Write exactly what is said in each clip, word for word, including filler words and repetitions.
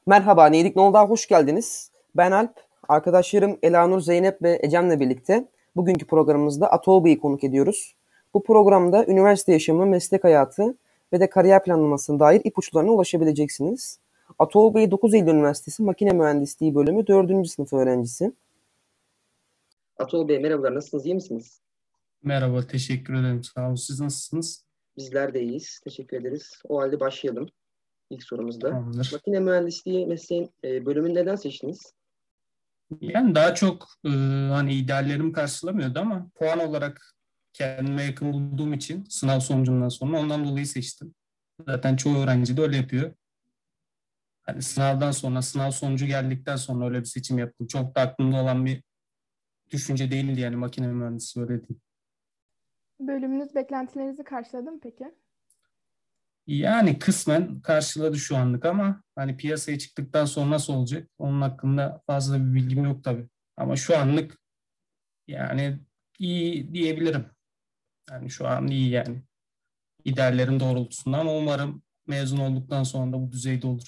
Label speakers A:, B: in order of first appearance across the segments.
A: Merhaba, Neydik Ne Oldu'ya hoş geldiniz. Ben Alp, arkadaşlarım Elanur, Zeynep ve Ecem'le birlikte bugünkü programımızda Atol konuk ediyoruz. Bu programda üniversite yaşamı, meslek hayatı ve de kariyer planlamasına dair ipuçlarına ulaşabileceksiniz. Atol Bey dokuz Eylül Üniversitesi Makine Mühendisliği Bölümü dördüncü sınıf öğrencisi.
B: Atol Bey merhabalar, nasılsınız, iyi misiniz?
C: Merhaba, teşekkür ederim. Sağ olun. Siz nasılsınız?
B: Bizler de iyiyiz, teşekkür ederiz. O halde başlayalım ilk sorumuzda.
C: Tamamdır.
B: Makine mühendisliği mesleğin e, bölümünü neden seçtiniz?
C: Yani daha çok e, hani ideallerim karşılamıyordu ama puan olarak kendime yakın bulduğum için sınav sonucundan sonra ondan dolayı seçtim. Zaten çoğu öğrenci de öyle yapıyor. Hani sınavdan sonra, sınav sonucu geldikten sonra öyle bir seçim yaptım. Çok da aklımda olan bir düşünce değildi yani makine mühendisi öyle diyeyim.
D: Bölümünüz beklentilerinizi karşıladı mı peki?
C: Yani kısmen karşıladı şu anlık ama hani piyasaya çıktıktan sonra nasıl olacak? Onun hakkında fazla bir bilgim yok tabii. Ama şu anlık yani iyi diyebilirim. Yani şu an iyi yani. İdeallerim doğrultusunda ama umarım mezun olduktan sonra da bu düzeyde olur.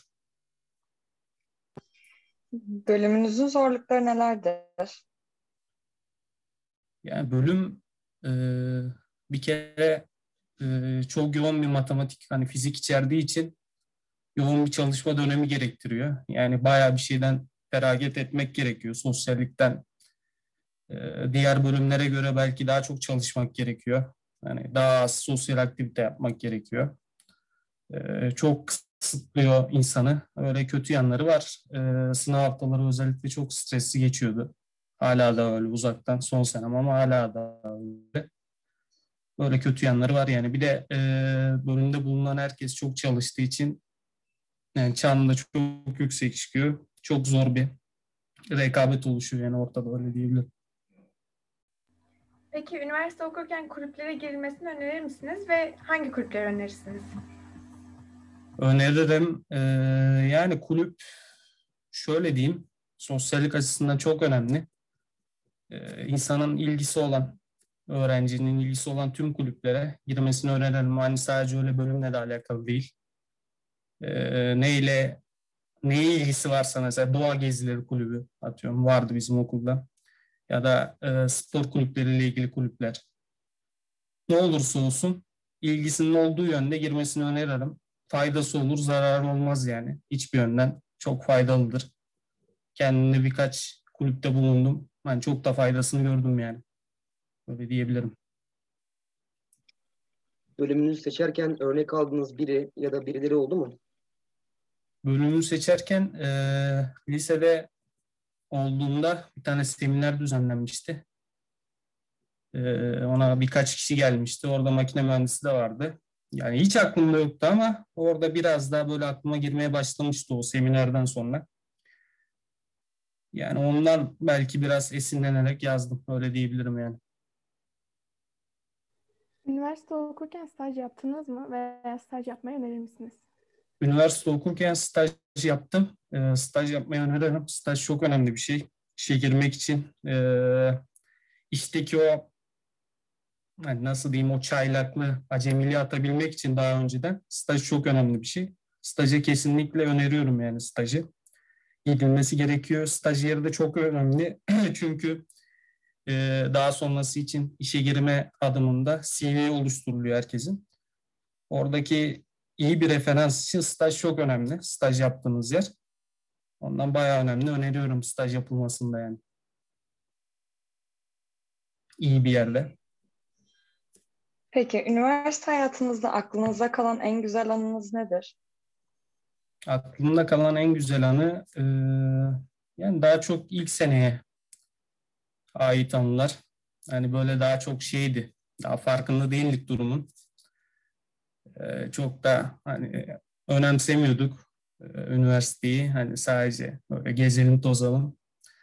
E: Bölümünüzün zorlukları nelerdir?
C: Yani bölüm e, bir kere e, çok yoğun bir matematik, hani fizik içerdiği için yoğun bir çalışma dönemi gerektiriyor. Yani bayağı bir şeyden feragat etmek gerekiyor. Sosyallikten e, diğer bölümlere göre belki daha çok çalışmak gerekiyor. Yani daha az sosyal aktivite yapmak gerekiyor. E, çok kısıtlıyor insanı. Öyle kötü yanları var. E, sınav haftaları özellikle çok stresli geçiyordu. Hala da öyle uzaktan son senem ama hala da öyle. Böyle kötü yanları var yani. Bir de e, bölümde bulunan herkes çok çalıştığı için yani çan da çok yüksek çıkıyor. Çok zor bir rekabet oluşuyor yani ortada öyle diyebilirim.
D: Peki üniversite okurken kulüplere girilmesini önerir misiniz ve hangi kulüpleri önerirsiniz?
C: Öneririm. E, yani kulüp şöyle diyeyim, sosyallik açısından çok önemli. E, insanın ilgisi olan, öğrencinin ilgisi olan tüm kulüplere girmesini öneririm. Hani sadece öyle bölümle de alakalı değil. E, neyle neye ilgisi varsa mesela doğa gezileri kulübü atıyorum vardı bizim okulda ya da e, spor kulüpleriyle ilgili kulüpler. Ne olursa olsun ilgisinin olduğu yönde girmesini öneririm. Faydası olur, zararı olmaz yani. Hiçbir yönden çok faydalıdır. Kendimde birkaç kulüpte bulundum. Ben çok da faydasını gördüm yani. Öyle diyebilirim.
B: Bölümünüzü seçerken örnek aldığınız biri ya da birileri oldu mu?
C: Bölümü seçerken e, lisede olduğumda bir tane seminer düzenlenmişti. E, ona birkaç kişi gelmişti. Orada makine mühendisi de vardı. Yani hiç aklımda yoktu ama orada biraz daha böyle aklıma girmeye başlamıştı o seminerden sonra. Yani ondan belki biraz esinlenerek yazdım. Öyle diyebilirim yani.
D: Üniversite okurken staj yaptınız mı veya staj yapmayı önerir misiniz?
C: Üniversite okurken staj yaptım. E, staj yapmayı öneririm. Staj çok önemli bir şey. İşe girmek için e, işteki o hani nasıl diyeyim o çaylaklı acemiliği atabilmek için daha önceden staj çok önemli bir şey. Stajı kesinlikle öneriyorum yani stajı. Gidilmesi gerekiyor. Stajyeri de çok önemli. Çünkü e, daha sonrası için işe girme adımında C V oluşturuluyor herkesin. Oradaki iyi bir referans için staj çok önemli. Staj yaptığınız yer. Ondan bayağı önemli. Öneriyorum staj yapılmasında yani. İyi bir yerde.
E: Peki üniversite hayatınızda aklınızda kalan en güzel anınız nedir?
C: Aklımda kalan en güzel anı e, yani daha çok ilk seneye ait anılar. Yani böyle daha çok şeydi. Daha farkında değildik durumun. E, çok da hani önemsemiyorduk e, üniversiteyi. Hani sadece böyle gezelim tozalım.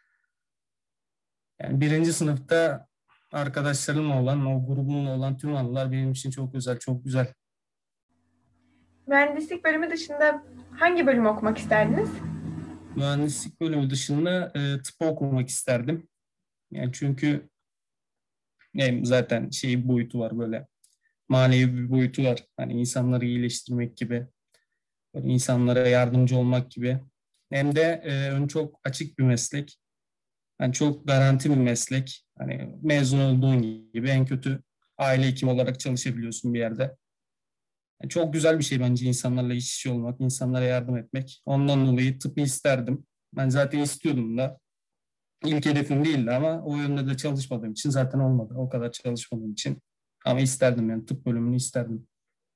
C: Yani birinci sınıfta arkadaşlarımla olan, o grubumla olan tüm anılar benim için çok özel, çok güzel.
D: Mühendislik bölümü dışında hangi bölümü okumak isterdiniz?
C: Mühendislik bölümü dışında e, tıp okumak isterdim. Yani çünkü hem zaten şey boyutu var böyle manevi bir boyutu var. Hani insanları iyileştirmek gibi, böyle insanlara yardımcı olmak gibi. hem de e, ön çok açık bir meslek. Yani çok garanti bir meslek. Hani mezun olduğun gibi en kötü aile hekimi olarak çalışabiliyorsun bir yerde. Yani çok güzel bir şey bence insanlarla iç içe olmak, insanlara yardım etmek. Ondan dolayı tıbbı isterdim. Ben zaten istiyordum da. İlk hedefim değildi ama o yönde de çalışmadığım için zaten olmadı. O kadar çalışmadığım için. Ama isterdim yani tıp bölümünü isterdim.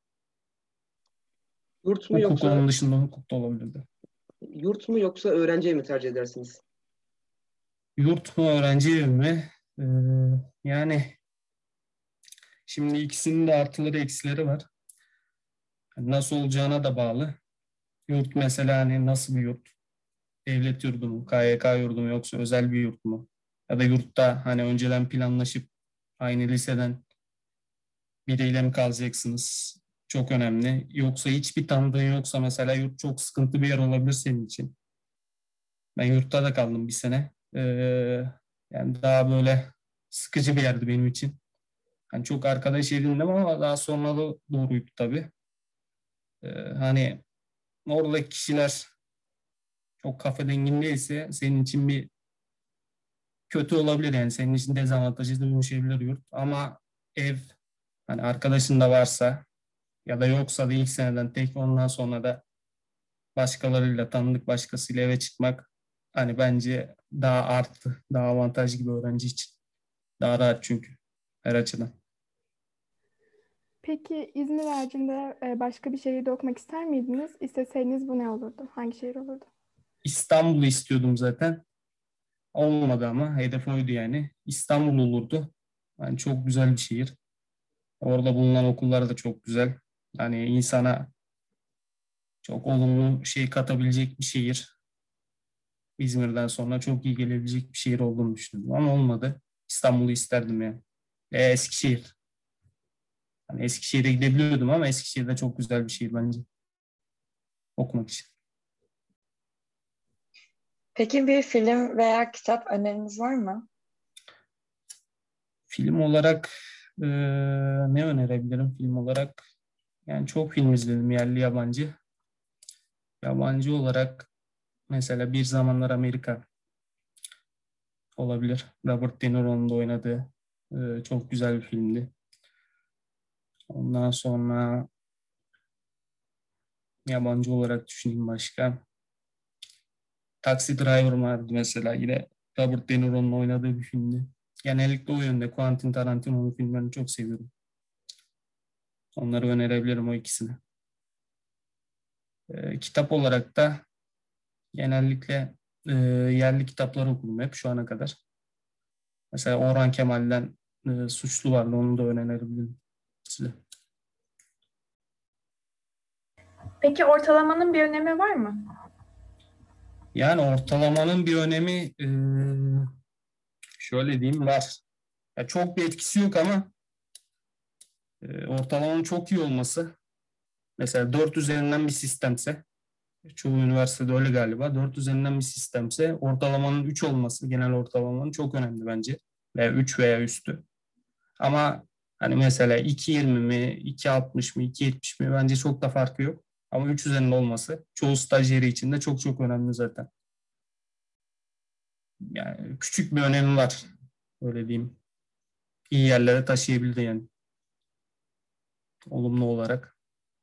B: Yurt mu
C: Hukuk
B: yoksa
C: onun dışında hukuk da olabilirdi.
B: yurt mu yoksa öğrenci evi mi tercih edersiniz?
C: Yurt mu öğrenci evi mi? Ee, yani şimdi ikisinin de artıları eksileri var. Nasıl olacağına da bağlı. Yurt mesela hani nasıl bir yurt? Devlet yurdu mu, K Y K yurdu mu yoksa özel bir yurt mu? Ya da yurtta hani önceden planlaşıp aynı liseden biriyle mi kalacaksınız? Çok önemli. Yoksa hiçbir tanıdığın yoksa mesela yurt çok sıkıntı bir yer olabilir senin için. Ben yurtta da kaldım bir sene. Ee, yani daha böyle sıkıcı bir yerdi benim için. Hani çok arkadaş edindim ama daha sonra da doğruydu tabii. Ee, hani oradaki kişiler çok kafa dengin değilse senin için bir kötü olabilir yani. Senin için dezavantajı dönüşebilir yurt. Ama ev hani arkadaşın da varsa ya da yoksa da ilk seneden tek ondan sonra da başkalarıyla tanıdık başkasıyla eve çıkmak hani bence daha arttı. Daha avantajlı gibi öğrenci için. Daha rahat çünkü her açıdan.
F: Peki İzmir haricinde e, başka bir şehirde okumak ister miydiniz? İsteseydiniz bu ne olurdu? Hangi şehir olurdu?
C: İstanbul'u istiyordum zaten. Olmadı ama hedef oydu yani. İstanbul olurdu. Yani çok güzel bir şehir. Orada bulunan okullar da çok güzel. Yani insana çok olumlu şey katabilecek bir şehir. İzmir'den sonra çok iyi gelebilecek bir şehir olduğunu düşündüm ama olmadı. İstanbul'u isterdim yani. E, Eskişehir. Hani Eskişehir'e gidebiliyordum ama Eskişehir de çok güzel bir şehir bence okumak için.
E: Peki bir film veya kitap öneriniz var mı?
C: Film olarak e, ne önerebilirim film olarak? Yani çok film izledim yerli yabancı. Yabancı olarak mesela Bir Zamanlar Amerika olabilir. Robert De Niro'nun da oynadığı e, çok güzel bir filmdi. Ondan sonra yabancı olarak düşüneyim başka. Taxi Driver vardı mesela yine Robert De Niro'nun oynadığı bir filmdi. Genellikle o yönde Quentin Tarantino'nun filmlerini çok seviyorum. Onları önerebilirim o ikisini. E, kitap olarak da genellikle e, yerli kitaplar okudum hep şu ana kadar. Mesela Orhan Kemal'den e, Suçlu vardı onu da önerebilirim size.
D: Peki ortalamanın bir önemi var mı?
C: Yani ortalamanın bir önemi e, şöyle diyeyim var. Ya çok bir etkisi yok ama e, ortalamanın çok iyi olması mesela dört üzerinden bir sistemse çoğu üniversitede öyle galiba dört üzerinden bir sistemse ortalamanın üç olması genel ortalamanın çok önemli bence. Veya üç veya üstü. Ama hani mesela iki yirmi mi, iki altmış mı, iki yetmiş mi bence çok da farkı yok. Ama üç üzerinde olması çoğu stajyeri için de çok çok önemli zaten. Yani küçük bir önemi var. Öyle diyeyim. İyi yerlere taşıyabildi yani. Olumlu olarak.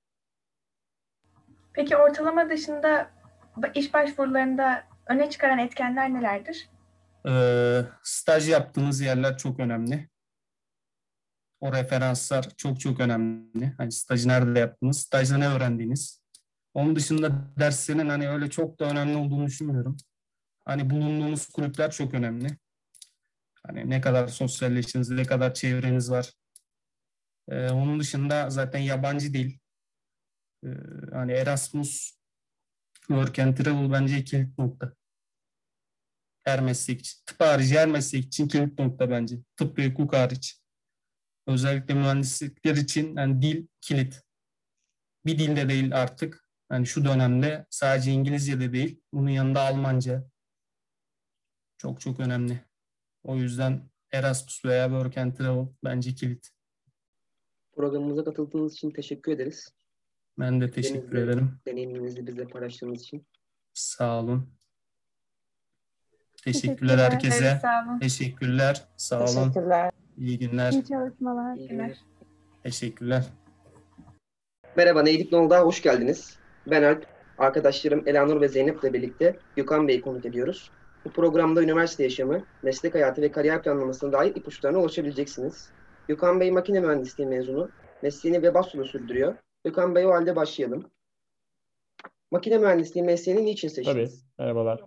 D: Peki ortalama dışında ba- iş başvurularında öne çıkaran etkenler nelerdir?
C: Ee, staj yaptığınız yerler çok önemli. O referanslar çok çok önemli. Hani stajı nerede yaptınız? Stajda ne öğrendiğiniz? Onun dışında derslerin hani öyle çok da önemli olduğunu düşünmüyorum. Hani bulunduğunuz kulüpler çok önemli. Hani ne kadar sosyalleştiniz, ne kadar çevreniz var. Ee, onun dışında zaten yabancı dil. Ee, hani Erasmus, Work and Travel bence kilit nokta. Her meslek için. Tıp harici her meslek için kilit nokta bence. Tıp ve hukuk hariç. Özellikle mühendislikler için yani dil kilit. Bir dilde değil artık. Yani şu dönemde sadece İngilizce de değil. Bunun yanında Almanca. Çok çok önemli. O yüzden Erasmus veya Work and Travel bence kilit.
B: Programımıza katıldığınız için teşekkür ederiz.
C: Ben de teşekkür
B: Fikirlerinizi,
C: ederim.
B: deneyimlerinizi bizle paylaştığınız için.
C: Sağ olun. Teşekkürler
F: Teşekkürler.
C: herkese.
D: Evet, sağ olun.
C: Teşekkürler. Sağ olun.
E: Teşekkürler.
C: İyi günler.
F: İyi çalışmalar.
B: İyi günler.
C: Teşekkürler.
B: Merhaba, Neydik Nol'da hoş geldiniz. Ben Alp. Arkadaşlarım Elanur ve Zeynep'le birlikte Gökhan Bey'i konuk ediyoruz. Bu programda üniversite yaşamı, meslek hayatı ve kariyer planlamasına dair ipuçlarına ulaşabileceksiniz. Gökhan Bey makine mühendisliği mezunu. Mesleğini Webasto'da sürdürüyor. Gökhan Bey, o halde başlayalım. Makine mühendisliği mesleğini niçin
G: Tabii,
B: seçtiniz?
G: merhabalar.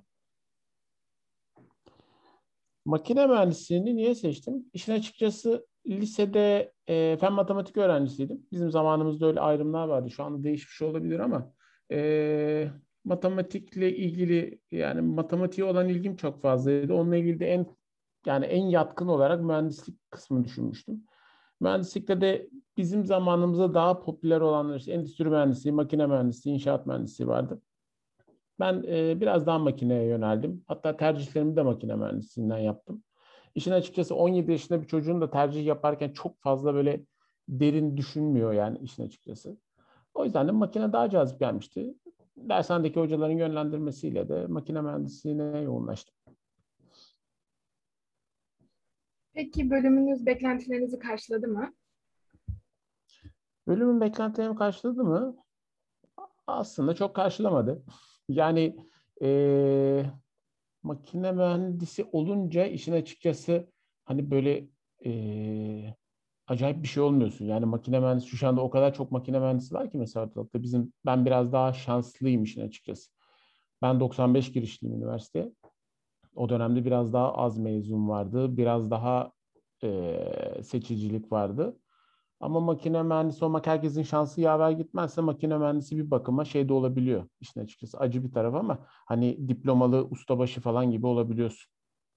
G: Makine mühendisliğini niye seçtim? İşin açıkçası lisede e, fen matematik öğrencisiydim. Bizim zamanımızda öyle ayrımlar vardı. Şu anda değişmiş olabilir ama e, matematikle ilgili, yani matematiğe olan ilgim çok fazlaydı. Onunla ilgili de en yani en yatkın olarak mühendislik kısmını düşünmüştüm. Mühendislikte de bizim zamanımızda daha popüler olanlar işte endüstri mühendisliği, makine mühendisliği, inşaat mühendisliği vardı. Ben e, biraz daha makineye yöneldim. Hatta tercihlerimi de makine mühendisliğinden yaptım. İşin açıkçası on yedi yaşında bir çocuğun da tercih yaparken çok fazla böyle derin düşünmüyor yani işin açıkçası. O yüzden de makine daha cazip gelmişti. Dershanedeki hocaların yönlendirmesiyle de makine mühendisliğine yoğunlaştım.
H: Peki bölümünüz beklentilerinizi karşıladı mı?
G: Bölümün beklentilerimi karşıladı mı? Aslında çok karşılamadı. Yani e, makine mühendisi olunca işin açıkçası hani böyle e, acayip bir şey olmuyorsun. Yani makine mühendisi şu anda o kadar çok makine mühendisi var ki mesela ortalıkta. Bizim ben biraz daha şanslıyım işin açıkçası. Ben doksan beş girişliyim üniversiteye. O dönemde biraz daha az mezun vardı. Biraz daha e, seçicilik vardı. Ama makine mühendisi olmak herkesin şansı yaver gitmezse makine mühendisi bir bakıma şey de olabiliyor. İşin açıkçası acı bir taraf ama hani diplomalı ustabaşı falan gibi olabiliyorsun.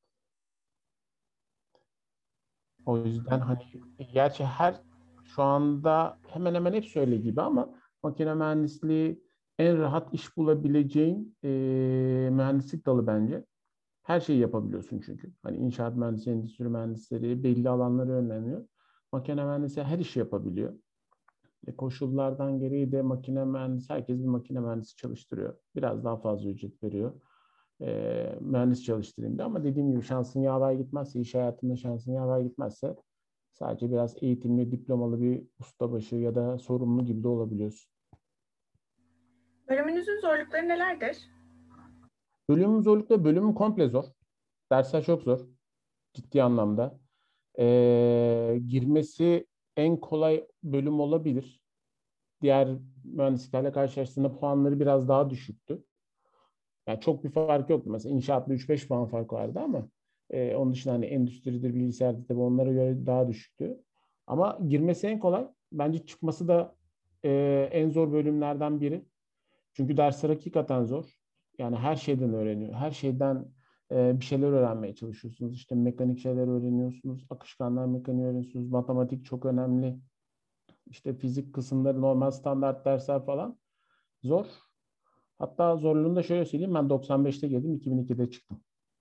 G: O yüzden hani gerçi her şu anda hemen hemen hepsi öyle gibi ama makine mühendisliği en rahat iş bulabileceğin e, mühendislik dalı bence. Her şeyi yapabiliyorsun çünkü. Hani inşaat mühendisi, endüstri mühendisleri belli alanları yönleniyor. Makine mühendisi her işi yapabiliyor. E, koşullardan gereği de makine mühendisi, herkes bir makine mühendisi çalıştırıyor. Biraz daha fazla ücret veriyor. E, mühendis çalıştırayım da ama dediğim gibi şansın yaver gitmezse, iş hayatında şansın yaver gitmezse sadece biraz eğitimli, diplomalı bir ustabaşı ya da sorumlu gibi de olabiliyorsun.
D: Bölümünüzün zorlukları nelerdir?
G: Bölümün zorlukları, bölümün komple zor. Dersler çok zor. Ciddi anlamda. E, girmesi en kolay bölüm olabilir. Diğer mühendisliklerle karşılaştığında puanları biraz daha düşüktü. Yani çok bir fark yoktu. Mesela inşaatta üç beş puan fark vardı ama e, onun dışında hani endüstridir, bilgisayardır tabii onlara göre daha düşüktü. Ama girmesi en kolay. Bence çıkması da e, en zor bölümlerden biri. Çünkü dersler hakikaten zor. Yani her şeyden öğreniyor. Her şeyden e, bir şeyler öğrenmeye çalışıyorsunuz. İşte mekanik şeyler öğreniyorsunuz. Akışkanlar mekaniği öğreniyorsunuz. Matematik çok önemli. İşte fizik kısımları, normal standart dersler falan zor. Hatta zorluğunu da şöyle söyleyeyim. Ben doksan beşte girdim, iki bin ikide çıktım.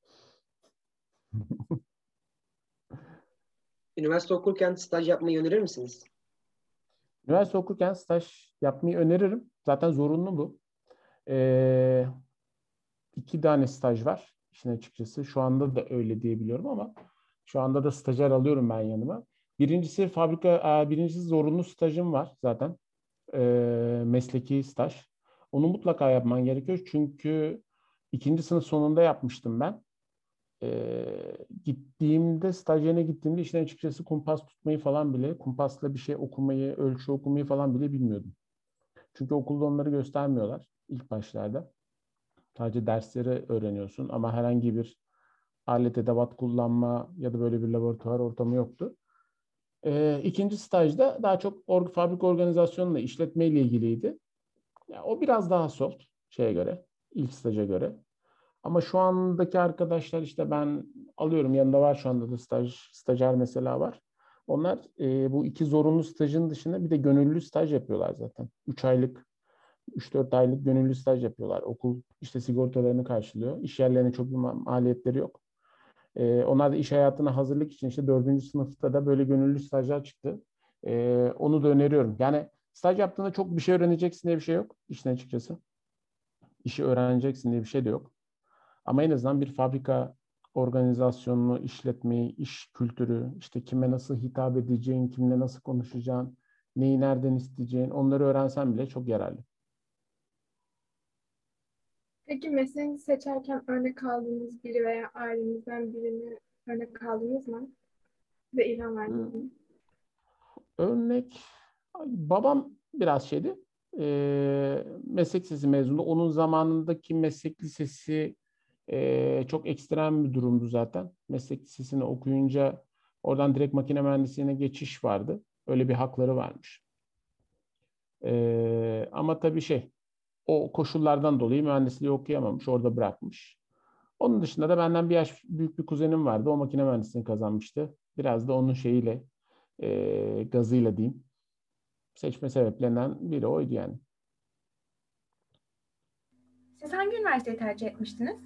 B: Üniversite okurken staj yapmayı önerir misiniz?
G: Üniversite okurken staj yapmayı öneririm. Zaten zorunlu bu. Ee, iki tane staj var işin açıkçası. Şu anda da öyle diyebiliyorum ama şu anda da stajyer alıyorum ben yanıma. Birincisi fabrika, birincisi zorunlu stajım var zaten. Ee, mesleki staj. Onu mutlaka yapman gerekiyor. Çünkü ikinci sınıf sonunda yapmıştım ben. Ee, gittiğimde, stajyerine gittiğimde işin açıkçası kumpas tutmayı falan bile, kumpasla bir şey okumayı, ölçü okumayı falan bile bilmiyordum. Çünkü okulda onları göstermiyorlar ilk başlarda. Sadece dersleri öğreniyorsun ama herhangi bir alet edevat kullanma ya da böyle bir laboratuvar ortamı yoktu. Ee, ikinci stajda daha çok or fabrika organizasyonuyla, işletmeyle ilgiliydi. Yani o biraz daha soft şeye göre, ilk staja göre. Ama şu andaki arkadaşlar işte ben alıyorum, yanında var şu anda da staj, stajyer mesela var. Onlar e, bu iki zorunlu stajın dışında bir de gönüllü staj yapıyorlar zaten. üç aylık, üç dört aylık gönüllü staj yapıyorlar. Okul işte sigortalarını karşılıyor. İş yerlerine çok bir maliyetleri yok. E, onlar da iş hayatına hazırlık için işte dördüncü sınıfta da böyle gönüllü stajlar çıktı. E, onu da öneriyorum. Yani staj yaptığında çok bir şey öğreneceksin diye bir şey yok işin açıkçası. işi öğreneceksin diye bir şey de yok. Ama en azından bir fabrika organizasyonunu, işletmeyi, iş kültürü, işte kime nasıl hitap edeceğin, kimle nasıl konuşacağın, neyi nereden isteyeceğin, onları öğrensen bile çok yararlı.
H: Peki mesleğinizi seçerken örnek aldığınız biri veya ailenizden birini örnek aldınız mı? Size ilham verdi
G: Hmm.
H: mi?
G: Örnek, babam biraz şeydi, e, meslek lisesi mezunu. Onun zamanındaki meslek lisesi e, çok ekstrem bir durumdu zaten. Meslek lisesini okuyunca oradan direkt makine mühendisliğine geçiş vardı. Öyle bir hakları varmış. E, ama tabii şey, o koşullardan dolayı mühendisliği okuyamamış, orada bırakmış. Onun dışında da benden bir yaş büyük bir kuzenim vardı. O makine mühendisliğini kazanmıştı. Biraz da onun şeyiyle, e, gazıyla diyeyim. Seçme sebeplerinden biri oydu yani.
D: Siz hangi üniversiteyi tercih etmiştiniz?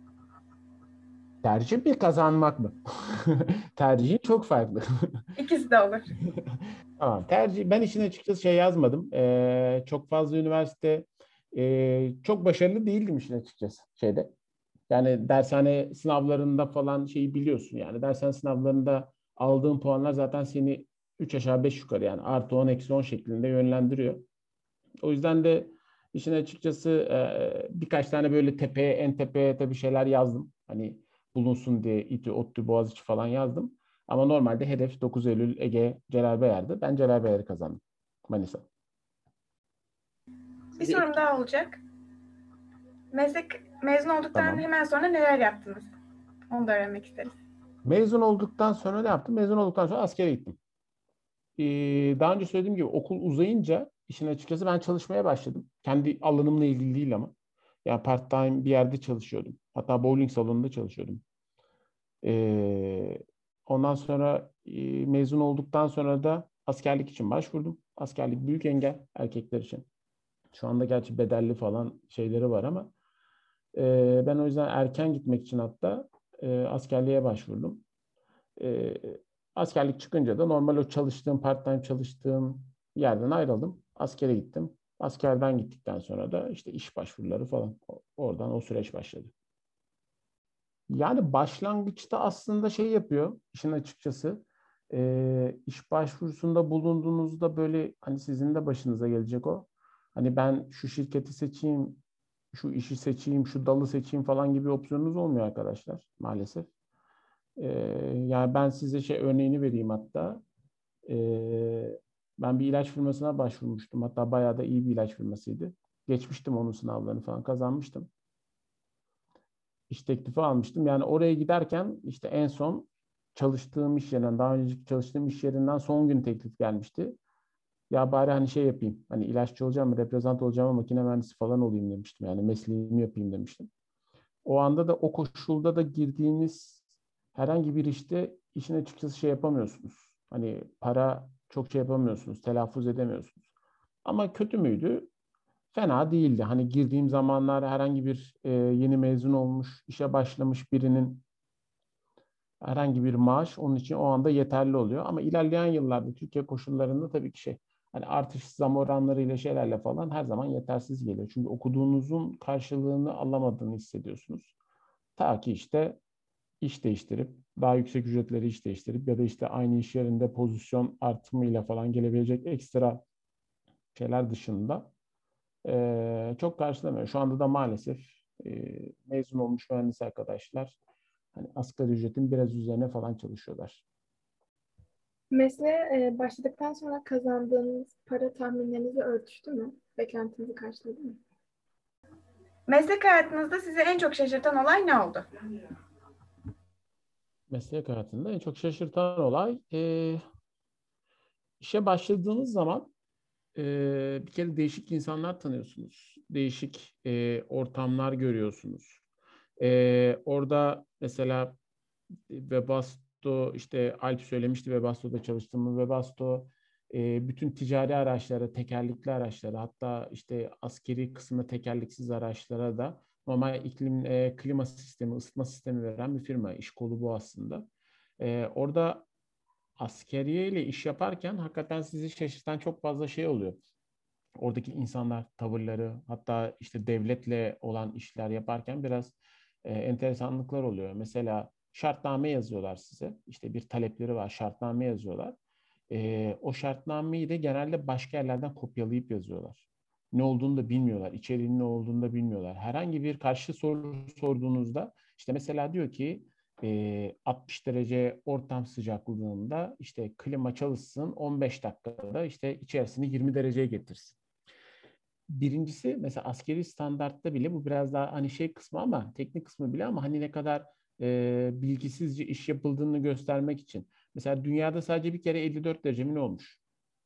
G: Tercih mi, kazanmak mı? Tercihin çok farklı.
D: İkisi de olur.
G: Tamam. Tercih, ben işin açıkçası şey yazmadım. Ee, çok fazla üniversite e, çok başarılı değildim işin açıkçası şeyde. Yani dershane sınavlarında falan şeyi biliyorsun yani. Dershane sınavlarında aldığın puanlar zaten seni üç aşağı beş yukarı yani artı on eksi on şeklinde yönlendiriyor. O yüzden de işin açıkçası e, birkaç tane böyle tepeye, en tepeye tabii şeyler yazdım. Hani bulunsun diye İTÜ, ODTÜ, Boğaziçi falan yazdım. Ama normalde hedef dokuz Eylül, Ege, Celalbayar'dı. Ben Celalbayar'ı kazandım. Manisa.
D: Bir
B: Sizi
D: sorum
B: etki-
D: daha olacak. Meslek mezun olduktan
G: Tamam.
D: hemen sonra neler yaptınız? Onu da öğrenmek isteriz.
G: Mezun olduktan sonra ne yaptım? Mezun olduktan sonra askere gittim. Ee, daha önce söylediğim gibi okul uzayınca işin açıkçası ben çalışmaya başladım. Kendi alanımla ilgili değil ama. Yani part time bir yerde çalışıyordum. Hatta bowling salonunda çalışıyordum. Ee, ondan sonra e, mezun olduktan sonra da askerlik için başvurdum. Askerlik büyük engel erkekler için. Şu anda gerçi bedelli falan şeyleri var ama e, ben o yüzden erken gitmek için hatta e, askerliğe başvurdum. E, askerlik çıkınca da normal o çalıştığım, part-time çalıştığım yerden ayrıldım. Askere gittim. Askerden gittikten sonra da işte iş başvuruları falan. Oradan o süreç başladı. Yani başlangıçta aslında şey yapıyor işin açıkçası. E, iş başvurusunda bulunduğunuzda böyle hani sizin de başınıza gelecek o. Hani ben şu şirketi seçeyim, şu işi seçeyim, şu dalı seçeyim falan gibi opsiyonunuz olmuyor arkadaşlar maalesef. Ee, yani ben size şey örneğini vereyim hatta. Ee, ben bir ilaç firmasına başvurmuştum. Hatta bayağı da iyi bir ilaç firmasıydı. Geçmiştim onun sınavlarını falan kazanmıştım. İş teklifi almıştım. Yani oraya giderken işte en son çalıştığım iş yerinden, daha önceki çalıştığım iş yerinden son gün teklif gelmişti. Ya bari hani şey yapayım. Hani ilaççı olacağım, reprezent olacağım ama makine mühendisi falan olayım demiştim. Yani mesleğimi yapayım demiştim. O anda da o koşulda da girdiğiniz herhangi bir işte işin açıkçası şey yapamıyorsunuz. Hani para çok şey yapamıyorsunuz, telaffuz edemiyorsunuz. Ama kötü müydü? Fena değildi. Hani girdiğim zamanlar herhangi bir e, yeni mezun olmuş, işe başlamış birinin herhangi bir maaş onun için o anda yeterli oluyor. Ama ilerleyen yıllarda Türkiye koşullarında tabii ki şey hani artış zam oranlarıyla şeylerle falan her zaman yetersiz geliyor. Çünkü okuduğunuzun karşılığını alamadığını hissediyorsunuz. Ta ki işte iş değiştirip, daha yüksek ücretleri iş değiştirip ya da işte aynı iş yerinde pozisyon artımıyla falan gelebilecek ekstra şeyler dışında e, çok karşılamıyor. Şu anda da maalesef e, mezun olmuş mühendis arkadaşlar hani asgari ücretin biraz üzerine falan çalışıyorlar.
H: Mesleğe e, başladıktan sonra kazandığınız para tahminlerinizi örtüştü mü? Beklentinizi karşıladı mı?
D: Meslek hayatınızda sizi en çok şaşırtan olay ne oldu?
G: Meslek hayatında en çok şaşırtan olay e, işe başladığınız zaman e, bir kere değişik insanlar tanıyorsunuz. Değişik e, ortamlar görüyorsunuz. E, orada mesela Webasto işte Alp söylemişti Webasto'da çalıştığımı. Webasto e, bütün ticari araçlara, tekerlekli araçlara hatta işte askeri kısmı tekerleksiz araçlara da normal iklim e, klima sistemi, ısıtma sistemi veren bir firma. İş kolu bu aslında. E, orada askeriye ile iş yaparken hakikaten sizi şaşırtan çok fazla şey oluyor. oradaki insanlar, tavırları, hatta işte devletle olan işler yaparken biraz e, enteresanlıklar oluyor. Mesela şartname yazıyorlar size. İşte bir talepleri var, şartname yazıyorlar. E, o şartnameyi de genelde başka yerlerden kopyalayıp yazıyorlar. Ne olduğunu da bilmiyorlar, içeriğinin ne olduğunu da bilmiyorlar. Herhangi bir karşı soru sorduğunuzda, işte mesela diyor ki e, altmış derece ortam sıcaklığında işte klima çalışsın, on beş dakikada işte içerisini yirmi dereceye getirsin. Birincisi mesela askeri standartta bile bu biraz daha hani şey kısmı ama teknik kısmı bile ama hani ne kadar e, bilgisizce iş yapıldığını göstermek için. Mesela dünyada sadece bir kere elli dört derece mi ne olmuş?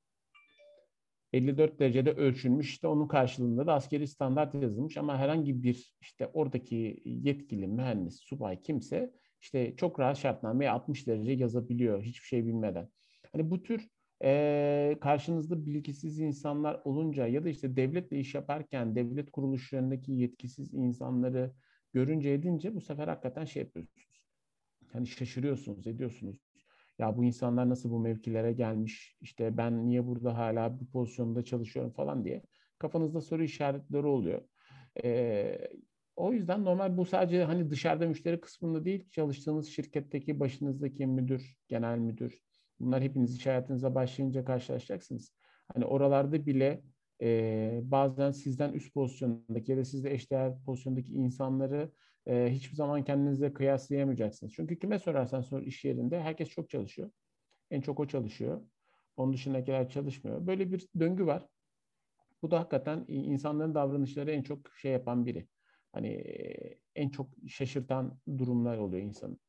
G: elli dört derecede ölçülmüş, işte onun karşılığında da askeri standart yazılmış ama herhangi bir işte oradaki yetkili mühendis, subay kimse işte çok rahat şartnameye altmış derece yazabiliyor hiçbir şey bilmeden. Hani bu tür e, karşınızda bilgisiz insanlar olunca ya da işte devletle iş yaparken devlet kuruluşlarındaki yetkisiz insanları görünce edince bu sefer hakikaten şey yapıyorsunuz. Hani şaşırıyorsunuz, ediyorsunuz. Ya bu insanlar nasıl bu mevkilere gelmiş, işte ben niye burada hala bu pozisyonda çalışıyorum falan diye kafanızda soru işaretleri oluyor. Ee, O yüzden normal bu sadece hani dışarıda müşteri kısmında değil, çalıştığınız şirketteki başınızdaki müdür, genel müdür, bunlar hepiniz iş hayatınıza başlayınca karşılaşacaksınız. Hani oralarda bile e, bazen sizden üst pozisyondaki ya da sizle eşdeğer pozisyondaki insanları e, hiçbir zaman kendinize kıyaslayamayacaksınız. Çünkü kime sorarsan sor iş yerinde herkes çok çalışıyor. En çok o çalışıyor. Onun dışındakiler çalışmıyor. Böyle bir döngü var. Bu da hakikaten insanların davranışları en çok şey yapan biri. Hani e, en çok şaşırtan durumlar oluyor insanın.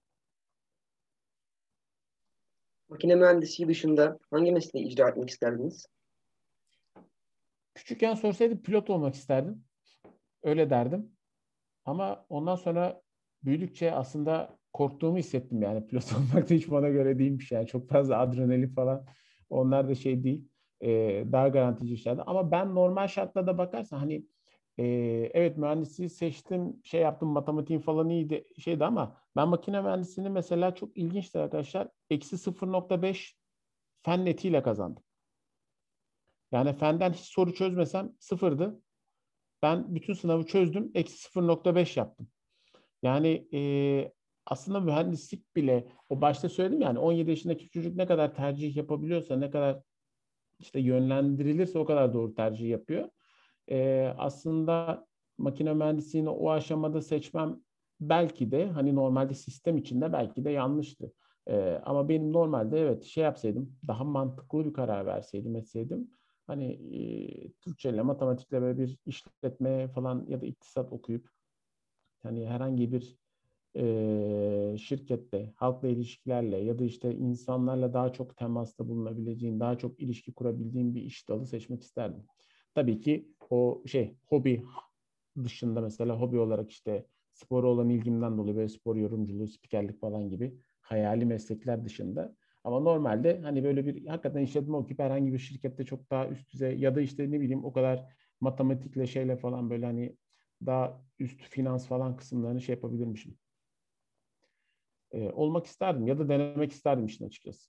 B: Makine mühendisliği dışında hangi mesleği icra etmek isterdiniz?
G: Küçükken sorsaydı pilot olmak isterdim. Öyle derdim. Ama ondan sonra büyüdükçe aslında korktuğumu hissettim yani. Pilot olmak da hiç bana göre değilmiş yani. Çok fazla adrenalin falan. Onlar da şey değil. E, daha garantici işlerdi. Ama ben normal şartlarda bakarsan hani e, evet mühendisliği seçtim, şey yaptım, matematiğim falan iyiydi şeydi ama ben makine mühendisliğini mesela çok ilginçtir arkadaşlar. Eksi sıfır nokta beş fen netiyle kazandım. Yani fenden hiç soru çözmesem sıfırdı. Ben bütün sınavı çözdüm. Eksi sıfır nokta beş yaptım. Yani e, aslında mühendislik bile o başta söyledim yani on yedi yaşındaki çocuk ne kadar tercih yapabiliyorsa, ne kadar işte yönlendirilirse o kadar doğru tercih yapıyor. E, aslında makine mühendisliğini o aşamada seçmem belki de hani normalde sistem içinde belki de yanlıştı. E, ama benim normalde evet şey yapsaydım, daha mantıklı bir karar verseydim, etseydim hani e, Türkçe ile matematikle böyle bir işletme falan ya da iktisat okuyup hani herhangi bir e, şirkette halkla ilişkilerle ya da işte insanlarla daha çok temasta bulunabileceğin, daha çok ilişki kurabildiğin bir iş dalı seçmek isterdim. Tabii ki o şey hobi dışında mesela hobi olarak işte spora olan ilgimden dolayı böyle spor yorumculuğu, spikerlik falan gibi hayali meslekler dışında. Ama normalde hani böyle bir hakikaten işletme okuyup herhangi bir şirkette çok daha üst düzey ya da işte ne bileyim o kadar matematikle şeyle falan böyle hani daha üst finans falan kısımlarını şey yapabilirmişim. Ee, olmak isterdim ya da denemek isterdim işin açıkçası.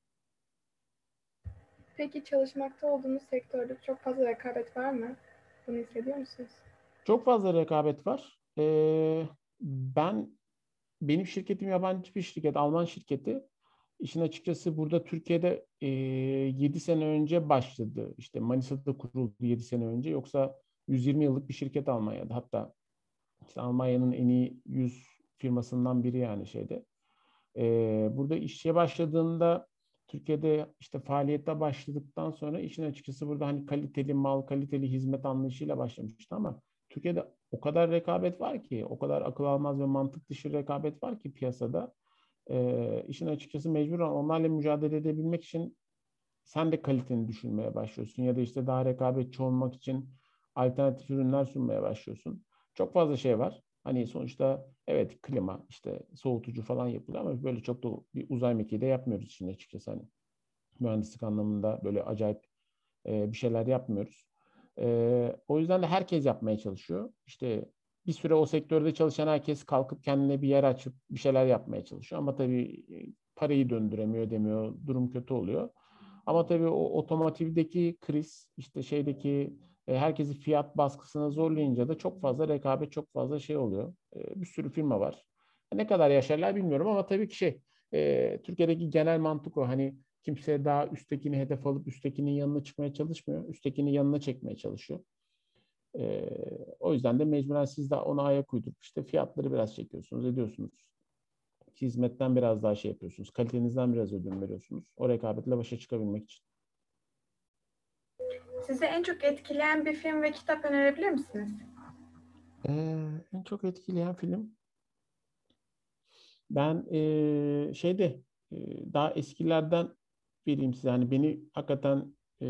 H: Peki çalışmakta olduğunuz sektörde çok fazla rekabet var mı? Bunu hissediyor musunuz?
G: Çok fazla rekabet var. Ee, ben benim şirketim yabancı bir şirket, Alman şirketi. İşin açıkçası burada Türkiye'de e, yedi sene önce başladı. İşte Manisa'da kuruldu yedi sene önce. Yoksa yüz yirmi yıllık bir şirket Almanya'da. Hatta işte Almanya'nın en iyi yüz firmasından biri yani şeyde. Ee, burada işe başladığında Türkiye'de işte faaliyete başladıktan sonra işin açıkçası burada hani kaliteli mal, kaliteli hizmet anlayışıyla başlamıştı ama Türkiye'de o kadar rekabet var ki, o kadar akıl almaz ve mantık dışı rekabet var ki piyasada. Ee, işin açıkçası mecburen onlarla mücadele edebilmek için sen de kaliteni düşünmeye başlıyorsun ya da işte daha rekabetçi olmak için alternatif ürünler sunmaya başlıyorsun. Çok fazla şey var. Hani sonuçta evet klima işte soğutucu falan yapılıyor ama böyle çok da bir uzay mekiği de yapmıyoruz şimdi açıkçası hani mühendislik anlamında böyle acayip e, bir şeyler yapmıyoruz. E, o yüzden de herkes yapmaya çalışıyor. İşte bir süre o sektörde çalışan herkes kalkıp kendine bir yer açıp bir şeyler yapmaya çalışıyor ama tabii parayı döndüremiyor demiyor, durum kötü oluyor. Ama tabii o otomotivdeki kriz, işte şeydeki e, herkesi fiyat baskısına zorlayınca da çok fazla rekabet, çok fazla şey oluyor. E, bir sürü firma var. Ne kadar yaşarlar bilmiyorum ama tabii ki şey, e, Türkiye'deki genel mantık o. Hani kimse daha üsttekini hedef alıp üsttekinin yanına çıkmaya çalışmıyor. Üsttekini yanına çekmeye çalışıyor. E, o yüzden de mecburen siz de ona ayak uydurup işte fiyatları biraz çekiyorsunuz, ediyorsunuz. Hizmetten biraz daha şey yapıyorsunuz. Kalitenizden biraz ödün veriyorsunuz. O rekabetle başa çıkabilmek için.
D: Sizi en çok etkileyen bir film ve kitap önerebilir misiniz?
G: Ee, en çok etkileyen film ben e, şeyde e, daha eskilerden vereyim size. Yani beni hakikaten e,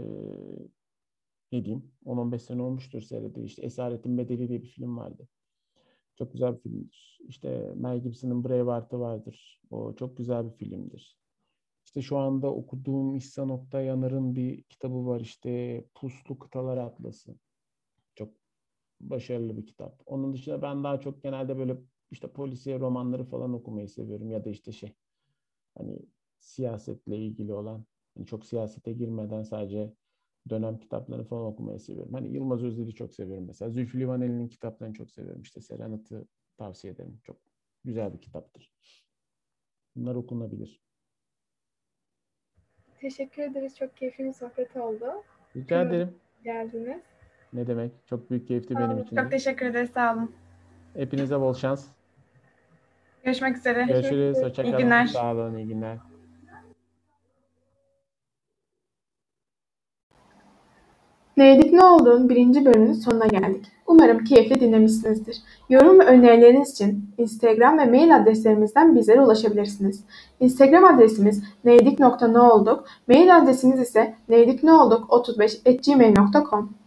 G: ne diyeyim on on beş sene olmuştur seyrettiği. İşte Esaretin Bedeli diye bir film vardı. Çok güzel bir filmdir. İşte Mel Gibson'ın Braveheart'ı vardır. O çok güzel bir filmdir. İşte şu anda okuduğum İhsan Oktay Yanar'ın bir kitabı var. İşte Puslu Kıtalar Atlası. Çok başarılı bir kitap. Onun dışında ben daha çok genelde böyle işte polisiye romanları falan okumayı seviyorum. Ya da işte şey hani siyasetle ilgili olan hani çok siyasete girmeden sadece dönem kitaplarını falan okumayı seviyorum. Hani Yılmaz Özdil'i çok seviyorum mesela. Zülfü Livaneli'nin kitaplarını çok seviyorum. İşte Serenat'ı tavsiye ederim. Çok güzel bir kitaptır. Bunlar okunabilir.
H: Teşekkür ederiz. Çok keyifli bir sohbet oldu.
G: Rica
H: Kırmadan
G: ederim.
H: geldiniz.
G: Ne demek? Çok büyük keyifti
D: Sağ
G: benim
D: olun.
G: için
D: Çok
G: de.
D: teşekkür ederiz. Sağ olun.
G: Hepinize bol şans.
D: Görüşmek üzere.
G: Görüşürüz. Hoşça
D: İyi
G: kalın.
D: günler.
G: Sağ olun. İyi günler.
H: Neydik ne olduğun birinci bölümünün sonuna geldik. Umarım keyifle dinlemişsinizdir. Yorum ve önerileriniz için Instagram ve mail adreslerimizden bizlere ulaşabilirsiniz. Instagram adresimiz neydik nokta ne olduk, mail adresimiz ise neydikneolduk otuz beş at gmail nokta com.